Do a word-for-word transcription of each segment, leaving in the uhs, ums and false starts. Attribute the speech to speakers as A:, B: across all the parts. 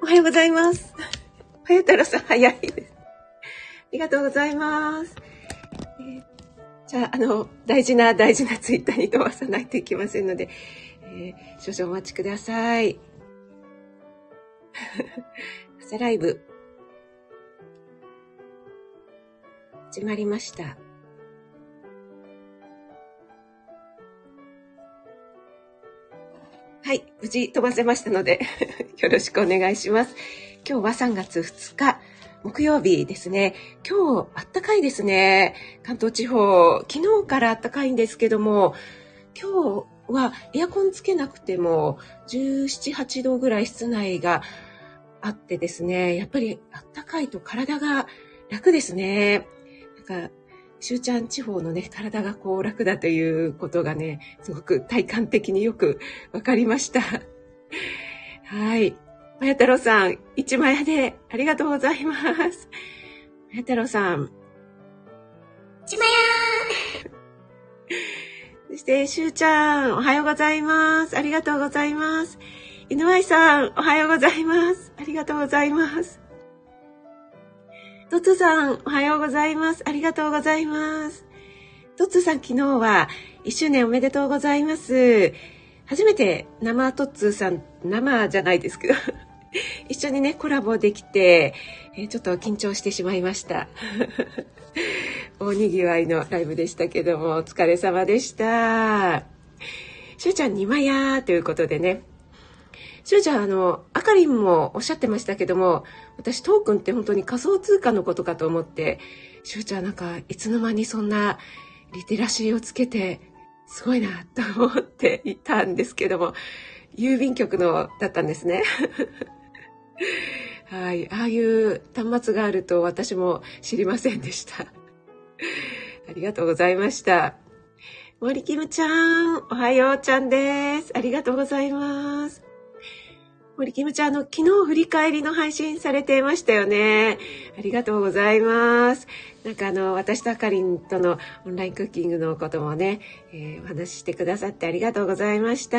A: おはようございます。はやたろさん、早いです。ありがとうございます。えー、じゃあ、あの、大事な大事なツイッターに飛ばさないといけませんので、えー、少々お待ちください。朝ライブ、始まりました。はい、無事飛ばせましたのでよろしくお願いします。今日はさんがつふつか木曜日ですね。今日あったかいですね。関東地方、昨日からあったかいんですけども、今日はエアコンつけなくてもじゅうなな、はちどぐらい室内があってですね、やっぱりあったかいと体が楽ですね。なんかしゅうちゃん地方のね、体がこう楽だということがね、すごく体感的によくわかりました。はい。まや太郎さん、一枚屋でありがとうございます。まや太郎さん。
B: 一枚屋
A: そして、しゅうちゃん、おはようございます。ありがとうございます。犬愛さん、おはようございます。ありがとうございます。トツさん、おはようございます。ありがとうございます。トツさん、昨日はいっしゅうねんおめでとうございます。初めて生トツさん、生じゃないですけど、一緒にね、コラボできて、えー、ちょっと緊張してしまいました。大にぎわいのライブでしたけども、お疲れ様でした。しゅうちゃん、にまやということでね、しゅうちゃん、あの、あかりんもおっしゃってましたけども、私、トークンって本当に仮想通貨のことかと思って、しゅうちゃんなんか、いつの間にそんなリテラシーをつけて、すごいな、と思っていたんですけども、郵便局のだったんですね。はい、ああいう端末があると私も知りませんでした。ありがとうございました。森キムちゃん、おはようちゃんです。ありがとうございます。森キムちゃん、あの、昨日振り返りの配信されていましたよね。ありがとうございます。なんかあの、私とあかりんとのオンラインクッキングのこともね、えー、お話ししてくださってありがとうございました。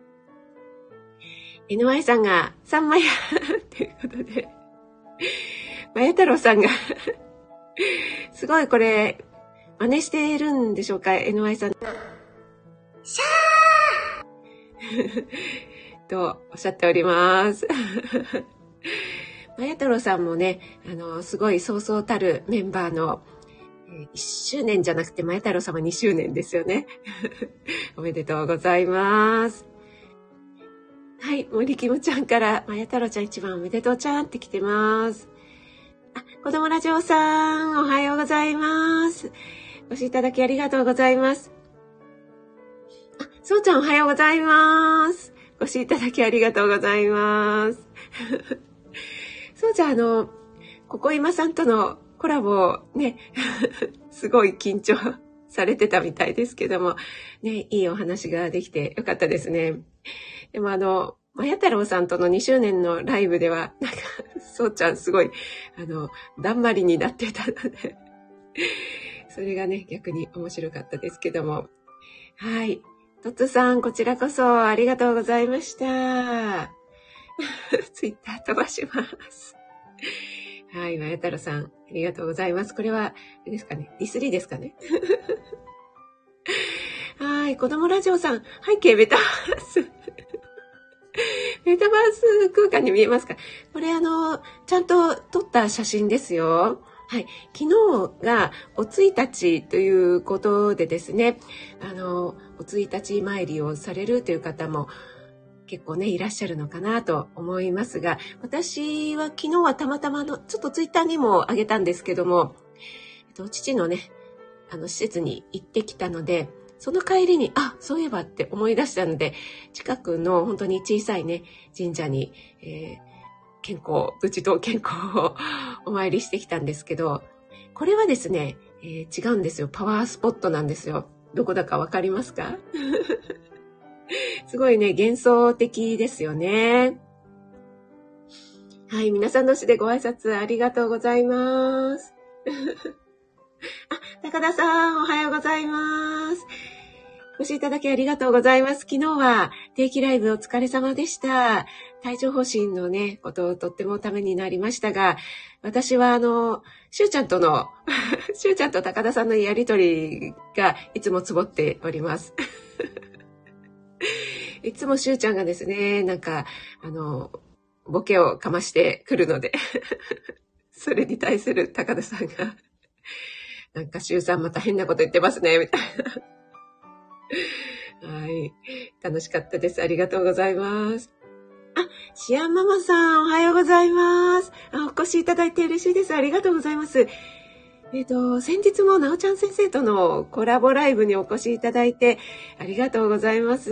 A: エヌワイ さんがさんまやということで、まや太郎さんがすごいこれ、真似しているんでしょうか、エヌワイ さん。
B: シャー
A: とおっしゃっております。まや太郎さんもね、あの、すごいそうそうたるメンバーの、えー、いっしゅうねんじゃなくて、まや太郎さんはにしゅうねんですよね。おめでとうございます。はい、森キムちゃんから、まや太郎ちゃん一番おめでとうちゃんって来てます。あ、子供ラジオさん、おはようございます。お越しいただきありがとうございます。あ、そうちゃんおはようございます。お越しいただきありがとうございます。そうちゃん、あの、ここ今さんとのコラボね、すごい緊張されてたみたいですけども、ね、いいお話ができてよかったですね。でもあの、まや太郎さんとのにしゅうねんのライブでは、なんか、そうちゃんすごい、あの、だんまりになってたので、それがね、逆に面白かったですけども。はい。トッツさん、こちらこそありがとうございました。ツイッター飛ばします。はい、まや太郎さん、ありがとうございます。これは、あれですかね、ディスリーですかね。はい、子供ラジオさん、背景メタバース。メタバース空間に見えますか？これあの、ちゃんと撮った写真ですよ。はい。昨日がおついたちということでですね、あの、おついたち参りをされるという方も結構ね、いらっしゃるのかなと思いますが、私は昨日はたまたまの、ちょっとツイッターにも上げたんですけども、えっと、父のね、あの、施設に行ってきたので、その帰りに、あ、そういえばって思い出したので、近くの本当に小さいね、神社に、えー、健康、無事と健康をお参りしてきたんですけど、これはですね、えー、違うんですよ。パワースポットなんですよ。どこだかわかりますか？すごいね、幻想的ですよね。はい、皆さん同士でご挨拶ありがとうございます。あ、高田さん、おはようございます。 お越しいただきありがとうございます。昨日は定期ライブお疲れ様でした。帯状疱疹のね、ことをとってもためになりましたが、私はあの、しゅうちゃんとの、しゅうちゃんと高田さんのやりとりがいつもつぼっております。いつもしゅうちゃんがですね、なんか、あの、ボケをかましてくるので、それに対する高田さんが、なんかしゅうさんまた変なこと言ってますね、みたいな。はい。楽しかったです。ありがとうございます。あ、シアンママさん、おはようございます。あ、お越しいただいて嬉しいです。ありがとうございます。えっと、先日もなおちゃん先生とのコラボライブにお越しいただいて、ありがとうございます。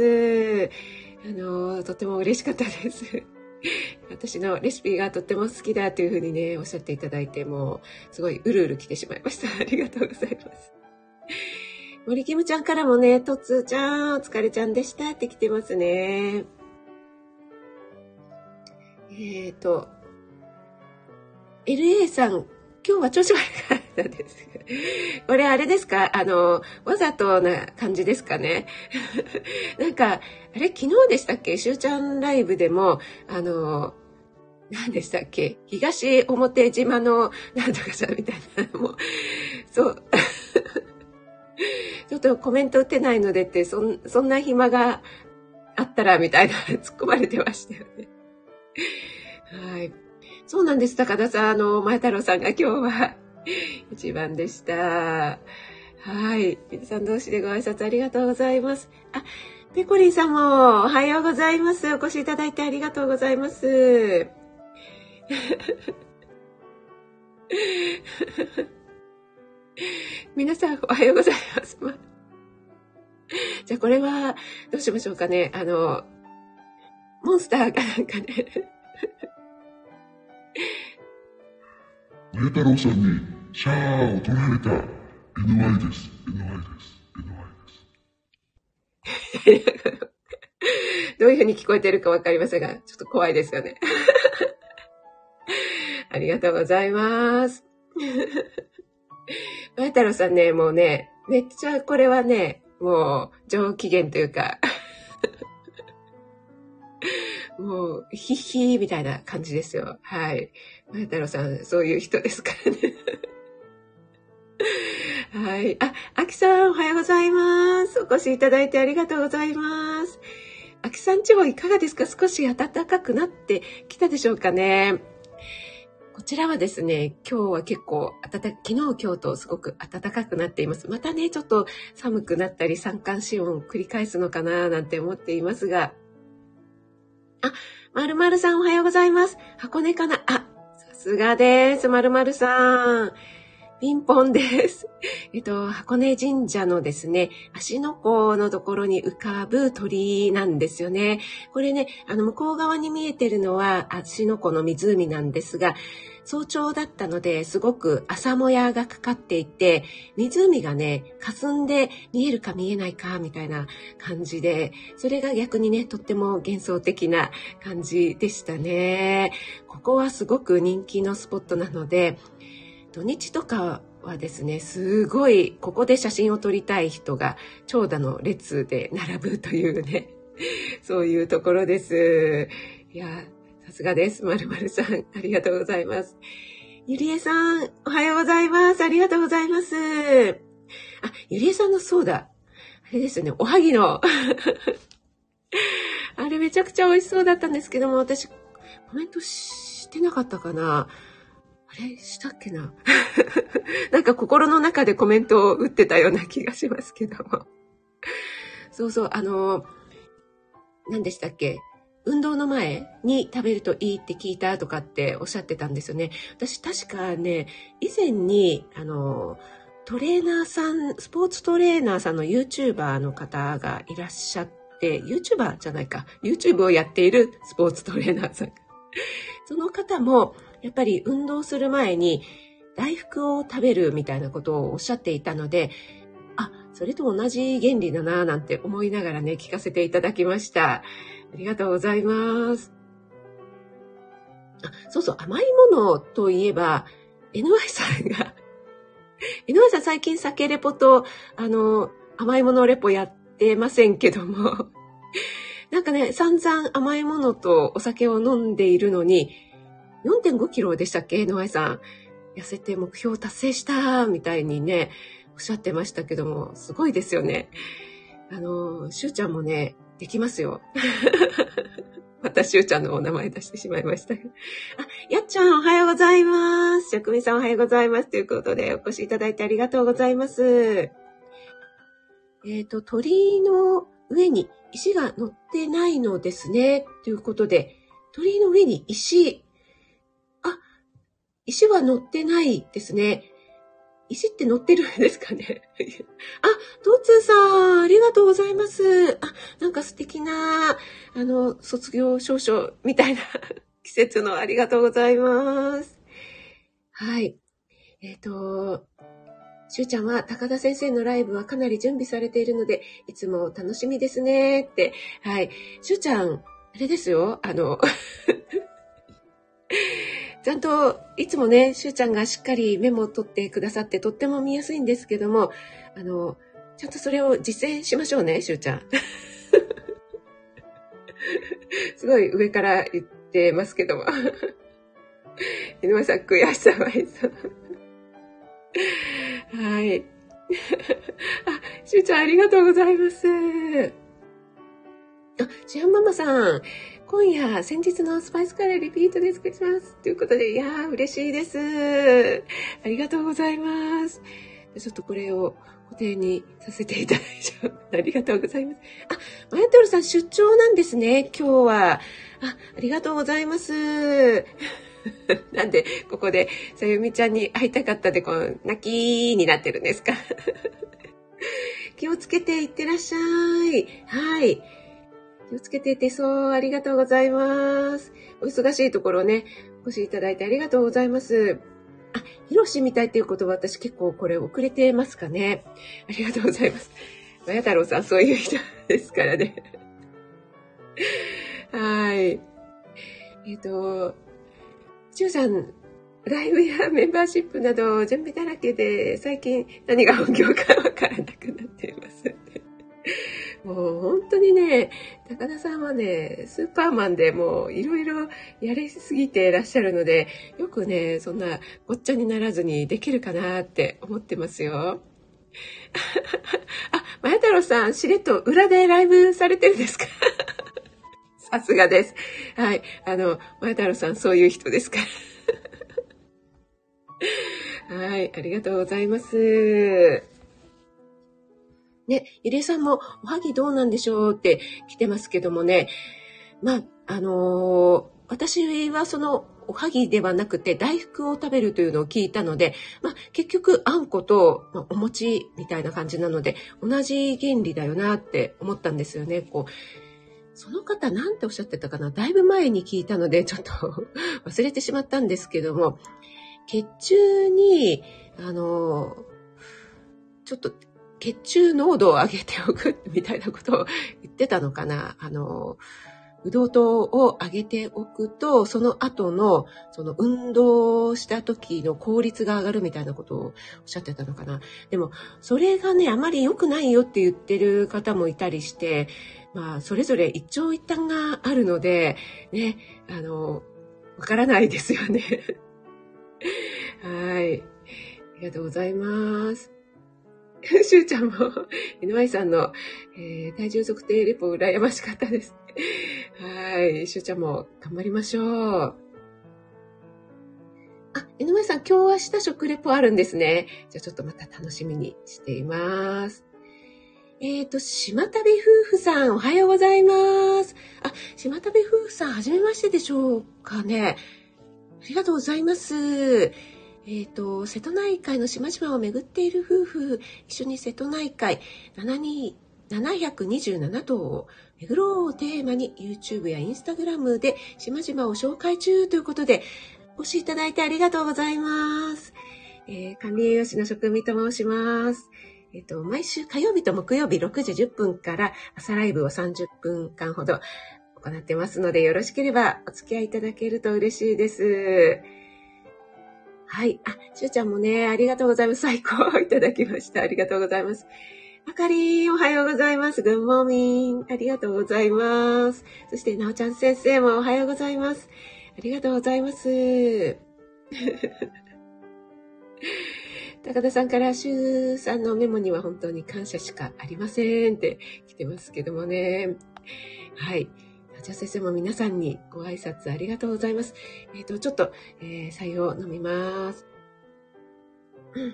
A: あの、とても嬉しかったです。私のレシピがとっても好きだというふうにね、おっしゃっていただいて、もう、すごいうるうる来てしまいました。ありがとうございます。森キムちゃんからもね、とつーちゃん、お疲れちゃんでしたって来てますね。えっと、エルエー さん、今日は調子悪かったです。これあれですか？あの、わざとな感じですかね。なんか、あれ昨日でしたっけ？しゅうちゃんライブでも、あの、何でしたっけ？東表島のなんとかさんみたいな、もう、そう。ちょっとコメント打てないのでって、そん、そんな暇があったらみたいな突っ込まれてましたよね。はい。そうなんです。高田さん、あの、前太郎さんが今日は一番でした。はい。皆さん同士でご挨拶ありがとうございます。あ、ペコリンさんもおはようございます。お越しいただいてありがとうございます。皆さんおはようございます。じゃあこれはどうしましょうかね。あの、モンスターかなんかね。
C: 前太郎さんにシャーを取られた エヌワイ です。エヌワイ です。エヌワイ です。
A: どういうふうに聞こえてるかわかりませんが、ちょっと怖いですよね。ありがとうございます。前太郎さんね、もうね、めっちゃこれはね、もう上機嫌というか、もうヒッヒーみたいな感じですよ。はい。前太郎さん、そういう人ですからね。はい。あ、あきさん、おはようございます。お越しいただいてありがとうございます。あきさん地方いかがですか？少し暖かくなってきたでしょうかね。こちらはですね、今日は結構暖か、昨日今日とすごく暖かくなっています。またね、ちょっと寒くなったり三寒四温を繰り返すのかななんて思っていますが。あ、まるまるさんおはようございます。箱根かな？あ、さすがです。まるまるさん。ピンポンです。えっと、箱根神社のですね、芦ノ湖のところに浮かぶ鳥居なんですよね。これね、あの、向こう側に見えてるのは芦ノ湖の湖なんですが、早朝だったので、すごく朝もやがかかっていて、湖がね、霞んで見えるか見えないか、みたいな感じで、それが逆にね、とっても幻想的な感じでしたね。ここはすごく人気のスポットなので、土日とかはですね、すごいここで写真を撮りたい人が長蛇の列で並ぶというね、そういうところです。いや、さすがです。まるまるさん、ありがとうございます。ゆりえさん、おはようございます。ありがとうございます。あ、ゆりえさんのそうだ。あれですよね、おはぎの。あれめちゃくちゃ美味しそうだったんですけども、私、コメントしてなかったかな。あれしたっけななんか心の中でコメントを打ってたような気がしますけども。そうそう、あの、何でしたっけ？運動の前に食べるといいって聞いたとかっておっしゃってたんですよね。私確かね、以前に、あの、トレーナーさん、スポーツトレーナーさんの YouTuber の方がいらっしゃって、YouTuber じゃないか、YouTube をやっているスポーツトレーナーさん。その方も、やっぱり運動する前に大福を食べるみたいなことをおっしゃっていたので、あ、それと同じ原理だなぁなんて思いながらね、聞かせていただきました。ありがとうございます。あ、そうそう、甘いものといえば、エヌワイ さんが、エヌワイ さん最近酒レポと、あの、甘いものレポやっってませんけども。なんかね、散々甘いものとお酒を飲んでいるのに、よんてんごキロでしたっけ、野愛さん。痩せて目標達成したみたいにね、おっしゃってましたけども、すごいですよね。あの、しゅうちゃんもね、できますよ。またしゅうちゃんのお名前出してしまいました。あ、やっちゃんおはようございます。しょくみさんおはようございます。ということで、お越しいただいてありがとうございます。えっと、鳥居の上に石が乗ってないのですね。ということで、鳥居の上に石、あ、石は乗ってないですね。石って乗ってるんですかね。あ、トーツーさん、ありがとうございます。あ、なんか素敵な、あの、卒業証書みたいな季節のありがとうございます。はい。えっと、しゅうちゃんは高田先生のライブはかなり準備されているので、いつも楽しみですねって。はい。しゅうちゃん、あれですよ。あの、ちゃんといつもね、しゅうちゃんがしっかりメモを取ってくださってとっても見やすいんですけども、あの、ちゃんとそれを実践しましょうね、しゅうちゃん。すごい上から言ってますけども。井上さん、悔しさはいそう。はい。あ、しゅうちゃんありがとうございます。あ、シアンママさん、今夜先日のスパイスカレーリピートで作ります。ということで、いやー嬉しいです。ありがとうございます。ちょっとこれを固定にさせていただいちゃう。ありがとうございます。あ、マヤトルさん出張なんですね、今日は。あ、ありがとうございます。なんで、ここで、さゆみちゃんに会いたかったで、こう、泣きになってるんですか。気をつけていってらっしゃい。はい。気をつけていってそう、ありがとうございます。お忙しいところね、お越しいただいてありがとうございます。あ、ひろしみたいっていうことは私結構これ遅れてますかね。ありがとうございます。まや太郎さん、そういう人ですからね。はい。えっと、しゅうさん、ライブやメンバーシップなど準備だらけで、最近何が本業かわからなくなっています。もう本当にね、高田さんはね、スーパーマンでもういろいろやりすぎていらっしゃるので、よくね、そんなごっちゃにならずにできるかなって思ってますよ。あ、まや太郎さん、しれっと裏でライブされてるんですか？さすがです。はい。あの、まや太郎さん、そういう人ですから。はい。ありがとうございます。ね、ゆりえさんも、おはぎどうなんでしょうって来てますけどもね。まあ、あのー、私はその、おはぎではなくて大福を食べるというのを聞いたので、まあ、結局あんことお餅みたいな感じなので同じ原理だよなって思ったんですよね。こうその方なんておっしゃってたかな、だいぶ前に聞いたのでちょっと忘れてしまったんですけども、血中にあのちょっと血中濃度を上げておくみたいなことを言ってたのかな。あのブドウ糖を上げておくと、その後の、その運動した時の効率が上がるみたいなことをおっしゃってたのかな。でも、それがね、あまり良くないよって言ってる方もいたりして、まあ、それぞれ一長一短があるので、ね、あの、わからないですよね。はい。ありがとうございます。しゅうちゃんも、井上さんの、えー、体重測定レポ羨ましかったです。はい。しゅうちゃんも頑張りましょう。あ、井上さん、今日明日食レポあるんですね。じゃあちょっとまた楽しみにしています。えっと、島旅夫婦さん、おはようございます。あ、島旅夫婦さん、はじめましてでしょうかね。ありがとうございます。えっと、瀬戸内海の島々を巡っている夫婦、一緒に瀬戸内海ななひゃくにじゅうなな島を巡ろうをテーマに YouTube や Instagram で島々を紹介中ということで、お越しいただいてありがとうございます。えー、管理栄養士の職味と申します。えっと、毎週火曜日と木曜日ろくじじゅっぷんから朝ライブをさんじゅっぷんかんほど行ってますので、よろしければお付き合いいただけると嬉しいです。はい。あ、しゅうちゃんもね、ありがとうございます。最高いただきました。ありがとうございます。 あかりん、おはようございます。グッモーミン。ありがとうございます。そして、なおちゃん先生もおはようございます。ありがとうございます。高田さんから、シュウさんのメモには本当に感謝しかありませんって来てますけどもね。はい。なおちゃん先生も皆さんにご挨拶ありがとうございます。えっと、ちょっと、えー、白湯を飲みます。うん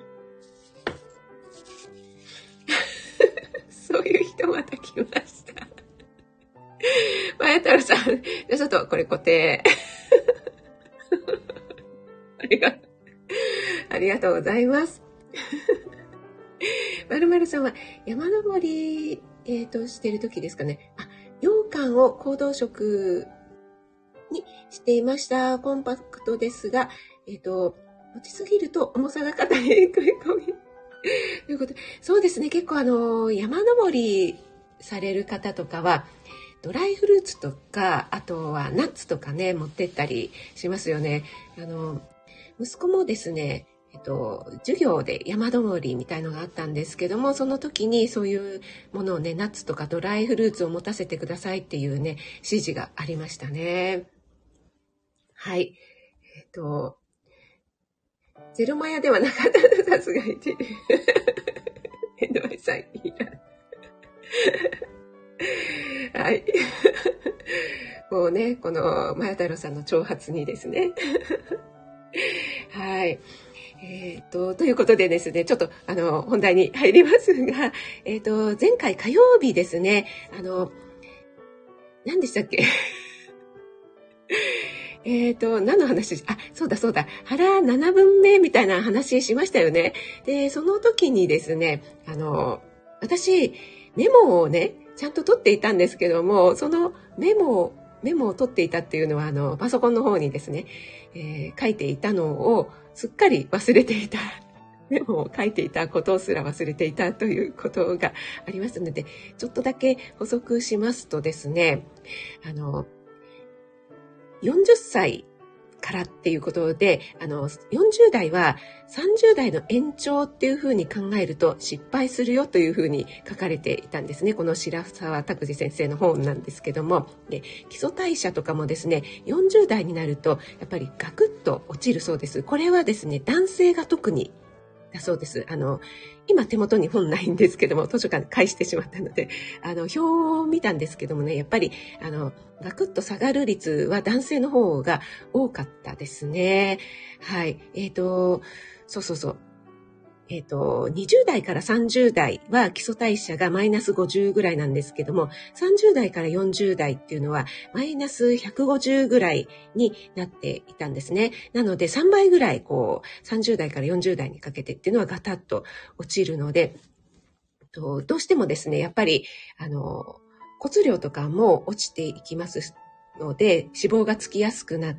A: そういう人また来ました。まや太郎さん、ちょっとこれ固定。ありがとう。ありがとうございます。まるまるさんは山登り、えー、としている時ですかね。あ、羊羹を行動食にしていました。コンパクトですが、えっ、ー、と、持ちすぎると重さが肩に食い込み。ということで、そうですね。結構あの、山登りされる方とかは、ドライフルーツとか、あとはナッツとかね、持ってったりしますよね。あの、息子もですね、えっと、授業で山登りみたいのがあったんですけども、その時にそういうものをね、ナッツとかドライフルーツを持たせてくださいっていうね、指示がありましたね。はい。えっと、ゼロマヤではなかったさすがに。エンドワイさん、いいな。はい。もうね、この、まや太郎さんの挑発にですね。はい。えっと、ということでですね、ちょっと、あの、本題に入りますが、えっと、前回火曜日ですね、あの、何でしたっけえっと、何の話あ、そうだそうだ、腹ななぶんめみたいな話しましたよね。で、その時にですね、あの、私、メモをね、ちゃんと取っていたんですけども、そのメモを、メモを取っていたっていうのは、あの、パソコンの方にですね、えー、書いていたのをすっかり忘れていた。メモを書いていたことすら忘れていたということがありますので、ちょっとだけ補足しますとですね、あの、よんじゅっさいからっていうことで、あの、よんじゅう代はさんじゅう代の延長っていうふうに考えると失敗するよというふうに書かれていたんですね。この白沢拓司先生の本なんですけども、で、基礎代謝とかもですね、よんじゅう代になるとやっぱりガクッと落ちるそうです。これはですね、男性が特にだそうです。あの、今手元に本ないんですけども、図書館返してしまったので、あの、表を見たんですけどもね、やっぱり、あの、ガクッと下がる率は男性の方が多かったですね。はい。えっと、そうそうそう。えっと、にじゅう代からさんじゅう代は基礎代謝がマイナスごじゅうぐらいなんですけども、さんじゅう代からよんじゅう代っていうのはマイナスひゃくごじゅうぐらいになっていたんですね。なのでさんばいぐらいこうさんじゅう代からよんじゅう代にかけてっていうのはガタッと落ちるので、どうしてもですね、やっぱりあの骨量とかも落ちていきますので、脂肪がつきやすくなって、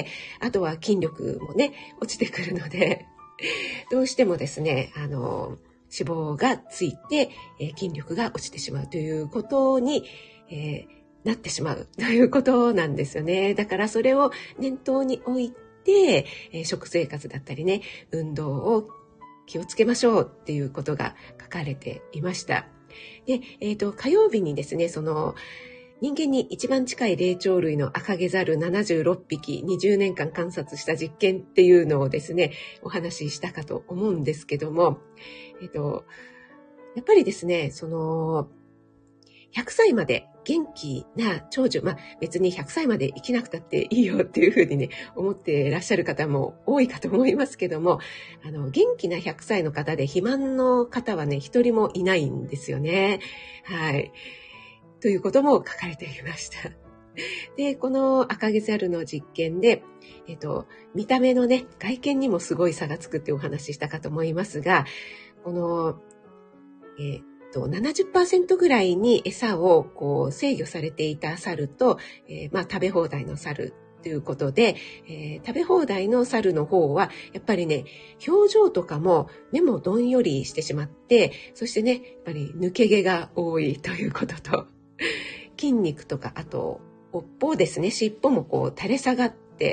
A: あとは筋力もね、落ちてくるので、どうしてもですね、あの、脂肪がついて、えー、筋力が落ちてしまうということに、えー、なってしまうということなんですよね。だからそれを念頭に置いて、えー、食生活だったりね、運動を気をつけましょうっていうことが書かれていました。で、えっと、火曜日にですね、その、人間に一番近い霊長類のアカゲザルななじゅうろっぴきにじゅうねんかん観察した実験っていうのをですね、お話ししたかと思うんですけども、えっと、やっぱりですね、その、ひゃくさいまで元気な長寿、まあ別にひゃくさいまで生きなくたっていいよっていうふうにね、思っていらっしゃる方も多いかと思いますけども、あの、元気なひゃくさいの方で肥満の方はね、一人もいないんですよね。はい。ということも書かれていました。で、この赤毛ザルの実験で、えっと、見た目のね、外見にもすごい差がつくってお話ししたかと思いますが、この、えっと、ななじゅっパーセント ぐらいに餌をこう制御されていた猿と、えー、まあ食べ放題の猿ということで、えー、食べ放題の猿の方は、やっぱりね、表情とかも目もどんよりしてしまって、そしてね、やっぱり抜け毛が多いということと、筋肉とか、あと、尾っぽですね、尻尾もこう垂れ下がっ 、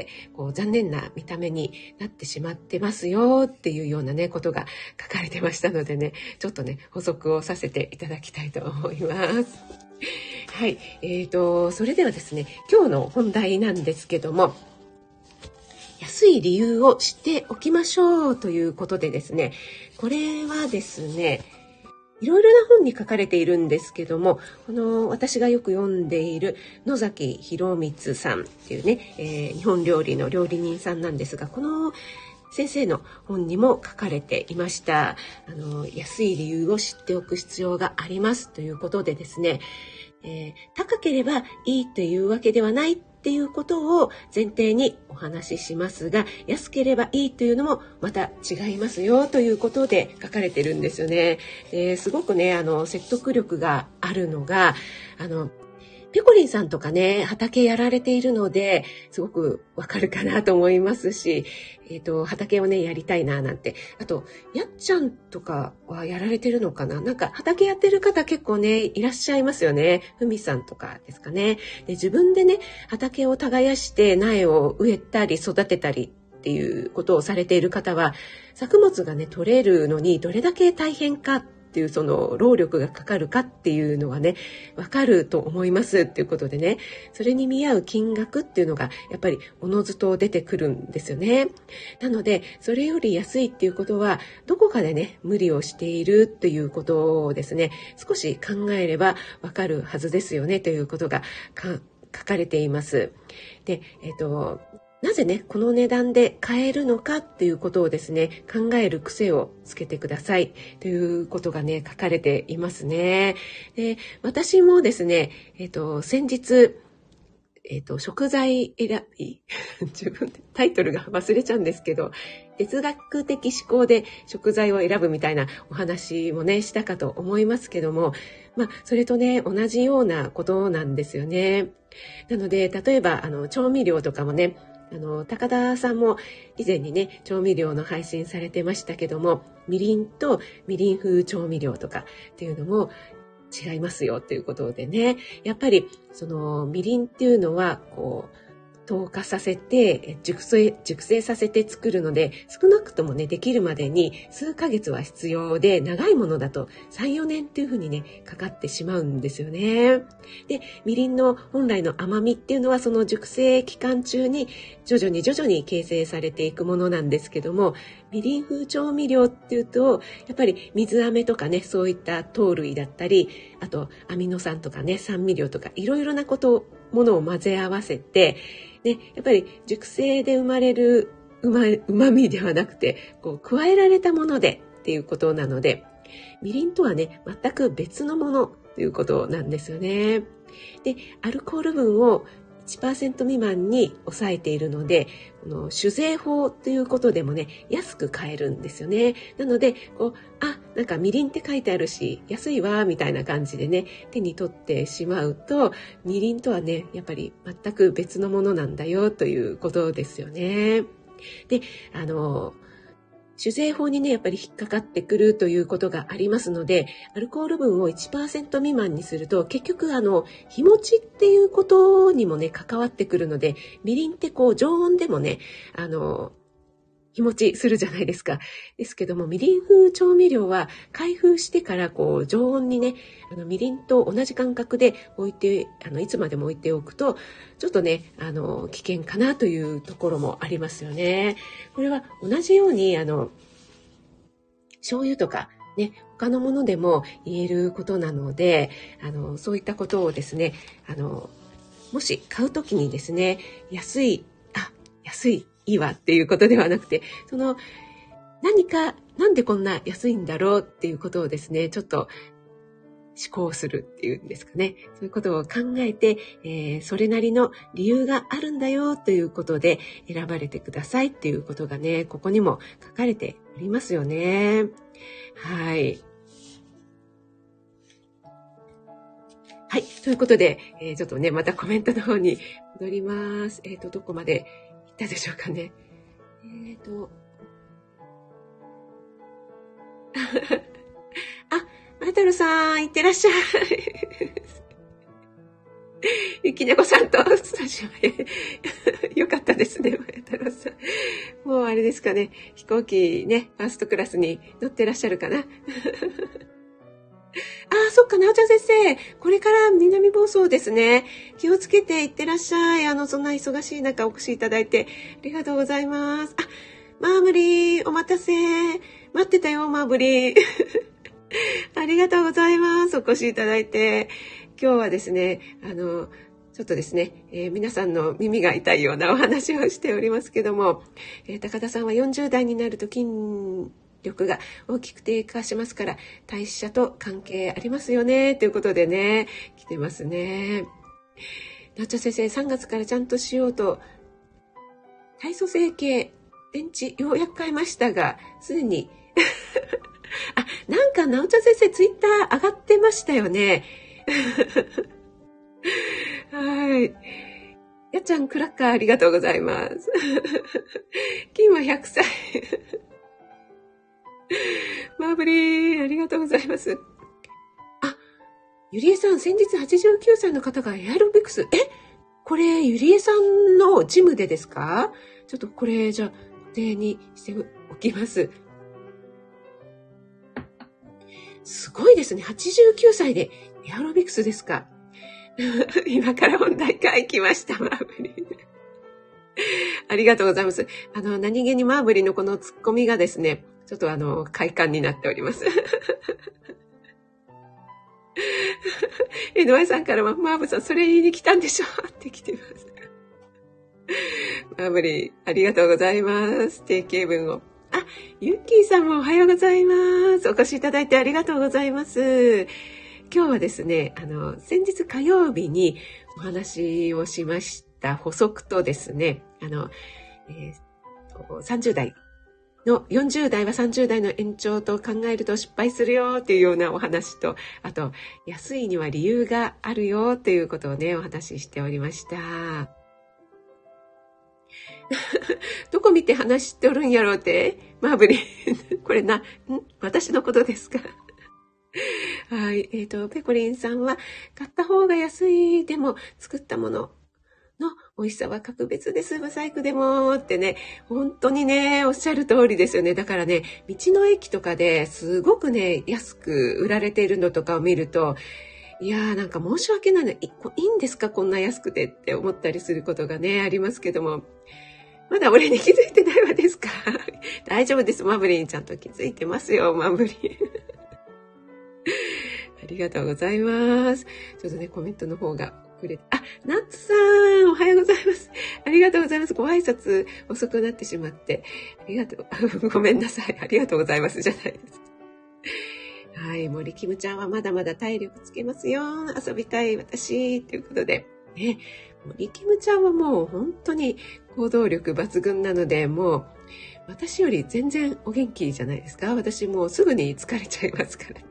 A: こう残念な見た目になってしまってますよっていうようなね、ことが書かれてましたのでね、ちょっとね、補足をさせていただきたいと思います。はい。えーと、それではですね、今日の本題なんですけども、安い理由を知っておきましょうということでですね、これはですね、いろいろな本に書かれているんですけども、この私がよく読んでいる野崎博光さんっていうね、えー、日本料理の料理人さんなんですが、この先生の本にも書かれていました。あの、安い理由を知っておく必要がありますということでですね、えー、高ければいいというわけではないっていうことを前提にお話ししますが、安ければいいというのもまた違いますよということで書かれてるんですよね。えー、すごくね、あの説得力があるのが、あのペコリンさんとかね、畑やられているので、すごくわかるかなと思いますし、えっと、畑をね、やりたいななんて。あと、やっちゃんとかはやられてるのかな？なんか、畑やってる方結構ね、いらっしゃいますよね。ふみさんとかですかね。で、自分でね、畑を耕して苗を植えたり育てたりっていうことをされている方は、作物がね、取れるのにどれだけ大変かっていうその労力がかかるかっていうのはね、わかると思いますっていうことでね、それに見合う金額っていうのがやっぱりおのずと出てくるんですよね。なのでそれより安いっていうことはどこかでね、無理をしているっていうことをですね、少し考えればわかるはずですよねということがか書かれています。で、えっとなぜね、この値段で買えるのかっていうことをですね、考える癖をつけてくださいということがね、書かれていますね。で、私もですね、えっと、先日、えっと、食材選び、自分でタイトルが忘れちゃうんですけど、哲学的思考で食材を選ぶみたいなお話もね、したかと思いますけども、まあ、それとね、同じようなことなんですよね。なので、例えば、あの、調味料とかもね、あの高田さんも以前にね調味料の配信されてましたけども、みりんとみりん風調味料とかっていうのも違いますよっていうことでね、やっぱりそのみりんっていうのはこう糖化させて熟成熟成させて作るので、少なくともねできるまでに数ヶ月は必要で、長いものだと さん,よ 年っていうふうにねかかってしまうんですよね。で、みりんの本来の甘みっていうのはその熟成期間中に徐々に徐々に形成されていくものなんですけども、みりん風調味料っていうとやっぱり水飴とかね、そういった糖類だったり、あとアミノ酸とかね、酸味料とかいろいろなことものを混ぜ合わせて、ね、やっぱり熟成で生まれるうま、うまみではなくて、こう加えられたものでっていうことなので、みりんとはね、全く別のものということなんですよね。で、アルコール分をいちパーセント 未満に抑えているので、この酒税法ということでもね、安く買えるんですよね。なので、こう、あ、なんかみりんって書いてあるし、安いわ、みたいな感じでね、手に取ってしまうと、みりんとはね、やっぱり全く別のものなんだよということですよね。で、あの、酒税法にね、やっぱり引っかかってくるということがありますので、アルコール分を いちパーセント 未満にすると、結局あの、日持ちっていうことにもね、関わってくるので、みりんってこう、常温でもね、あの、日持ちするじゃないですか。ですけども、みりん風調味料は開封してからこう常温にね、あのみりんと同じ感覚で置いて、あのいつまでも置いておくと、ちょっとね、あの危険かなというところもありますよね。これは同じようにあの醤油とかね、他のものでも言えることなので、あのそういったことをですね、あのもし買うときにですね、安い、あ、安い。いいわっていうことではなくて、その何かなんでこんな安いんだろうっていうことをですね、ちょっと思考するっていうんですかね、そういうことを考えて、えー、それなりの理由があるんだよということで選ばれてくださいっていうことがね、ここにも書かれておりますよね。はい。はい。ということで、えー、ちょっとね、またコメントの方に戻ります。えっと、どこまで行ったでしょうかね。えっと、あ、マタルさん、いってらっしゃい。 ゆきねこさんとスタジオへ。よかったですね、まや太郎さん。もうあれですかね、飛行機ね、ファーストクラスに乗ってらっしゃるかな。ああ、そっか、なおちゃん先生。これから南房総ですね。気をつけていってらっしゃい。あの、そんな忙しい中お越しいただいて、ありがとうございます。あ、マーブリー、お待たせ。待ってたよ、マーブリー。ありがとうございます。お越しいただいて。今日はですね、あの、ちょっとですね、えー、皆さんの耳が痛いようなお話をしておりますけども、えー、高田さんはよんじゅう代になると筋力が大きく低下しますから代謝と関係ありますよねということでね、来てますね。なっちゃん先生、さんがつからちゃんとしようと体組成計電池ようやく買いましたが、すでにあ、なんかなおちゃん先生ツイッター上がってましたよね。はい。やっちゃんクラッカーありがとうございます。金はひゃくさい。マーブリー、ありがとうございます。あ、ゆりえさん、先日はちじゅうきゅうさいの方がエアロビクス。え、これ、ゆりえさんのジムでですか？ちょっとこれ、じゃあ、固定にしておきます。すごいですね。はちじゅうきゅうさいでエアロビクスですか。今から本題会来ました、マーブリー。ありがとうございます。あの、何気にマーブリーのこのツッコミがですね、ちょっとあの、快感になっております。江戸前さんからは、マーブさん、それ言いに来たんでしょって来てます。マーブリー、ありがとうございます。定型文を。あ、ユッキーさんもおはようございます。お越しいただいてありがとうございます。今日はですね、あの、先日火曜日にお話をしました補足とですね、あの、えー、さんじゅう代のよんじゅう代はさんじゅう代の延長と考えると失敗するよっていうようなお話と、あと、安いには理由があるよっていうことをね、お話ししておりました。どこ見て話しておるんやろうって、マーブリー。これな、ん私のことですか？はい。えっと、ペコリンさんは、買った方が安いでも作ったものの美味しさは格別です。ブサイクでもってね、本当にね、おっしゃる通りですよね。だからね、道の駅とかですごくね、安く売られているのとかを見ると、いやーなんか申し訳ないの。いいいんですかこんな安くてって思ったりすることがね、ありますけども。まだ俺に気づいてないわですか？大丈夫です。マブリンちゃんと気づいてますよ、マブリン。ありがとうございます。ちょっとね、コメントの方が遅れて。あ、ナッツさん、おはようございます。ありがとうございます。ご挨拶遅くなってしまって。ありがとう。ごめんなさい。ありがとうございます。じゃないです。はい。森キムちゃんはまだまだ体力つけますよ。遊びたい私。ということで。ね。森キムちゃんはもう本当に行動力抜群なので、もう私より全然お元気じゃないですか。私もうすぐに疲れちゃいますからね。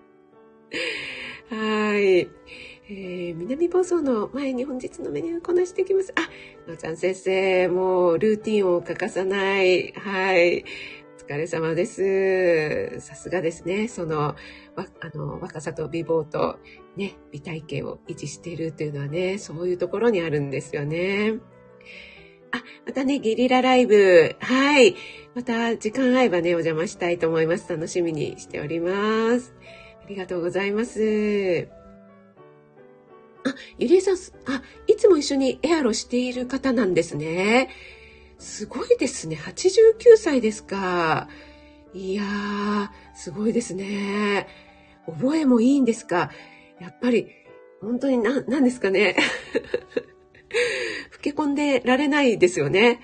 A: はい、えー。南房総の前に本日のメニューこなしていきます。あ、のーちゃん先生、もうルーティンを欠かさない。はい。お疲れ様です。さすがですね。その、わあの若さと美貌と、ね、美体型を維持しているというのはね、そういうところにあるんですよね。あ、またね、ゲリラライブ。はい。また時間合えばね、お邪魔したいと思います。楽しみにしております。ありがとうございます。あ、ゆりえさん、あ、いつも一緒にエアロしている方なんですね。すごいですね。はちじゅうきゅうさいですか。いやー、すごいですね。覚えもいいんですか。やっぱり、本当にな、なんですかね。老け込んでられないですよね。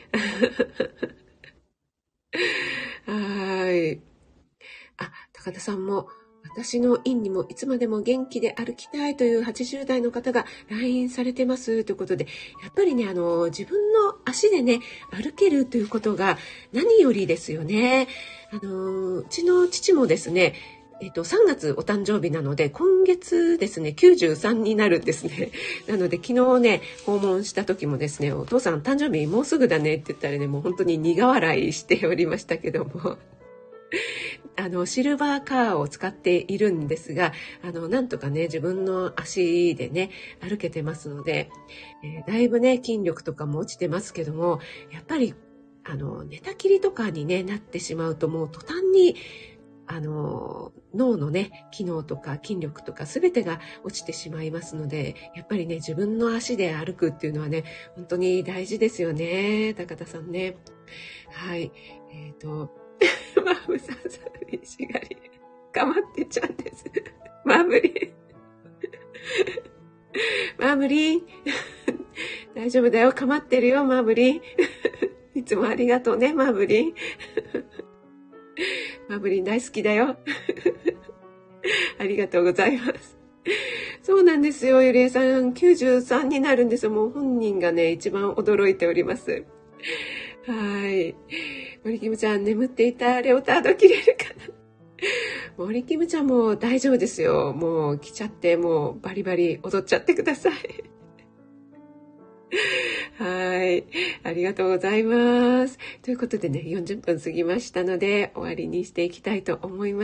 A: はい。あ、高田さんも、私の院にもいつまでも元気で歩きたいというはちじゅう代の方が来院されてますということで、やっぱりね、あの、自分の足でね、歩けるということが何よりですよね。あの、うちの父もですね、えっと、さんがつお誕生日なので、今月ですね、きゅうじゅうさんになるんですね。なので、昨日ね、訪問した時もですね、お父さん誕生日もうすぐだねって言ったらね、もう本当に苦笑いしておりましたけども。 あの、シルバーカーを使っているんですが、あの、なんとかね、自分の足でね、歩けてますので、えー、だいぶね、筋力とかも落ちてますけども、やっぱり、あの、寝たきりとかに、ね、なってしまうと、もう途端に、あの、脳のね、機能とか筋力とか全てが落ちてしまいますので、やっぱりね、自分の足で歩くっていうのはね、本当に大事ですよね、高田さんね。はい。えっと、マームさんさん、石狩り、かまってちゃんです。マームリン。マームリン。大丈夫だよ、かまってるよ、マームリン。いつもありがとうね、マームリン。マームリン大好きだよ。ありがとうございます。そうなんですよ、ゆりえさん。きゅうじゅうさんになるんですよ。もう本人がね、一番驚いております。はい。森キムちゃん、眠っていたレオタード着れるかな。森キムちゃんも大丈夫ですよ。もう着ちゃって、もうバリバリ踊っちゃってください。はい。ありがとうございます。ということでね、よんじゅっぷん過ぎましたので、終わりにしていきたいと思います。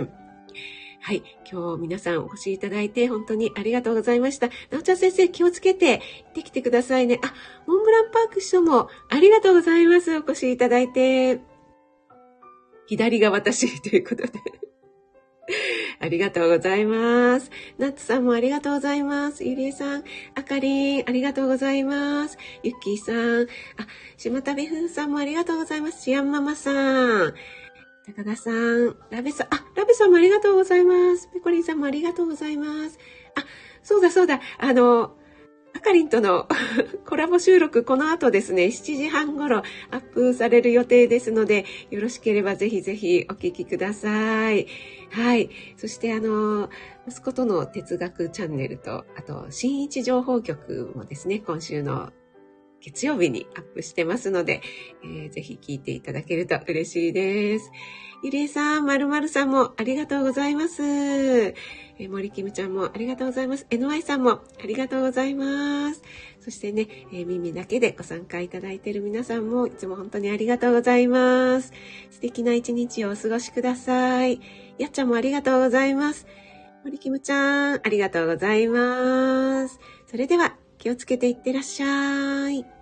A: はい。今日皆さんお越しいただいて本当にありがとうございました。なおちゃん先生、気をつけて行ってきてくださいね。あ、モンブランパーク師匠もありがとうございます。お越しいただいて。左が私ということで。ありがとうございます。ナッツさんもありがとうございます。ゆりえさん、あかりん、ありがとうございます。ゆっきーさん、あ、しまたびふんさんもありがとうございます。しあんママさん、高田さん、ラベさん、あ、ラベさんもありがとうございます。ペコリンさんもありがとうございます。あ、そうだそうだ、あの、あかりんとのコラボ収録、この後ですね、しちじはん頃アップされる予定ですので、よろしければぜひぜひお聞きください。はい。そしてあの、息子との哲学チャンネルと、あと、新一情報局もですね、今週の月曜日にアップしてますので、えー、ぜひ聞いていただけると嬉しいです。ゆりえさん、まるまるさんもありがとうございます。えー、森キムちゃんもありがとうございます。エヌワイ さんもありがとうございます。そしてね、えー、耳だけでご参加いただいている皆さんもいつも本当にありがとうございます。素敵な一日をお過ごしください。やっちゃんもありがとうございます。森キムちゃん、ありがとうございます。それでは気をつけていってらっしゃい。